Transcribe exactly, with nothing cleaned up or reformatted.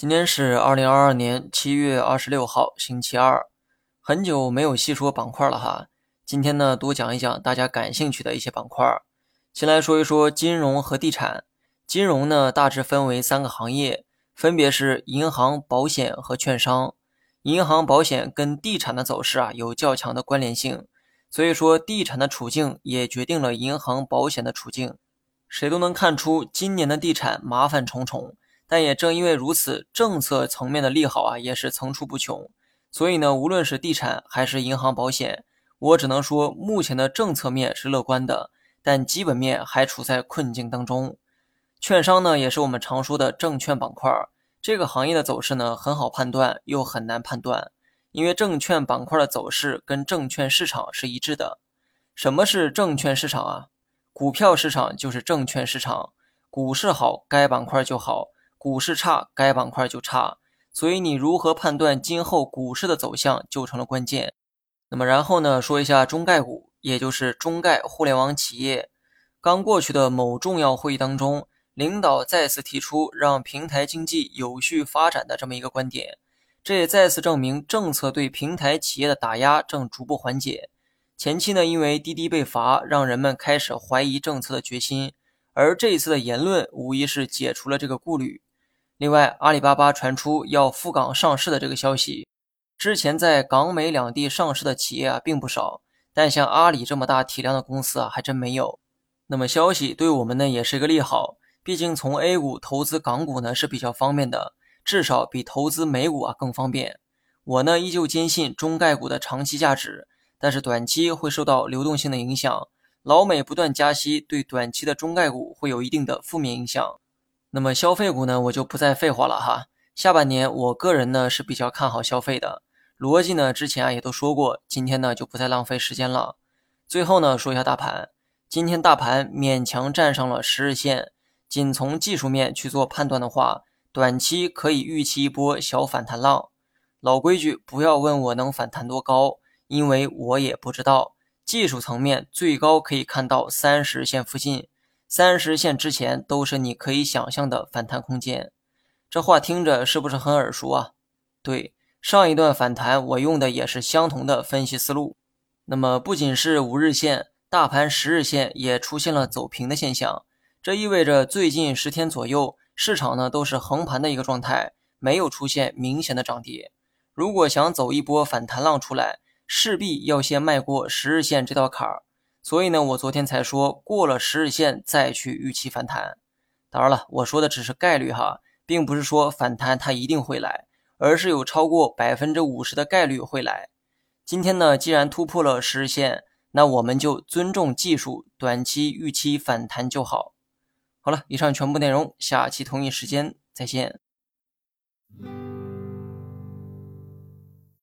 天是二零二二年七月二十六号，星期二。很久没有细说板块了哈，今天呢多讲一讲大家感兴趣的一些板块。先来说一说金融和地产。金融呢大致分为三个行业，分别是银行、保险和券商。银行、保险跟地产的走势啊有较强的关联性，所以说地产的处境也决定了银行、保险的处境。谁都能看出今年的地产麻烦重重，但也正因为如此，政策层面的利好啊也是层出不穷。所以呢，无论是地产还是银行保险，我只能说目前的政策面是乐观的，但基本面还处在困境当中。券商呢也是我们常说的证券板块，这个行业的走势呢很好判断又很难判断，因为证券板块的走势跟证券市场是一致的。什么是证券市场啊？股票市场就是证券市场，股市好该板块就好，股市差该板块就差，所以你如何判断今后股市的走向就成了关键。那么然后呢，说一下中概股，也就是中概互联网企业。刚过去的某重要会议当中，领导再次提出让平台经济有序发展的这么一个观点，这也再次证明政策对平台企业的打压正逐步缓解。前期呢，因为滴滴被罚，让人们开始怀疑政策的决心，而这一次的言论无疑是解除了这个顾虑。另外，阿里巴巴传出要赴港上市的这个消息，之前在港美两地上市的企业啊并不少，但像阿里这么大体量的公司啊还真没有。那么消息对我们呢也是一个利好，毕竟从 A 股投资港股呢是比较方便的，至少比投资美股啊更方便。我呢依旧坚信中概股的长期价值，但是短期会受到流动性的影响，老美不断加息对短期的中概股会有一定的负面影响。那么消费股呢，我就不再废话了哈。下半年我个人呢是比较看好消费的，逻辑呢之前啊也都说过，今天呢就不再浪费时间了。最后呢说一下大盘，今天大盘勉强站上了十日线，仅从技术面去做判断的话，短期可以预期一波小反弹浪。老规矩，不要问我能反弹多高，因为我也不知道。技术层面最高可以看到三十日线附近，三十日线之前都是你可以想象的反弹空间。这话听着是不是很耳熟啊？对，上一段反弹我用的也是相同的分析思路。那么不仅是五日线，大盘十日线也出现了走平的现象，这意味着最近十天左右市场呢都是横盘的一个状态，没有出现明显的涨跌。如果想走一波反弹浪出来，势必要先迈过十日线这道坎儿。所以呢，我昨天才说过了十日线再去预期反弹。当然了，我说的只是概率哈，并不是说反弹它一定会来，而是有超过 百分之五十 的概率会来。今天呢，既然突破了十日线，那我们就尊重技术，短期预期反弹就好。好了，以上全部内容，下期同一时间再见。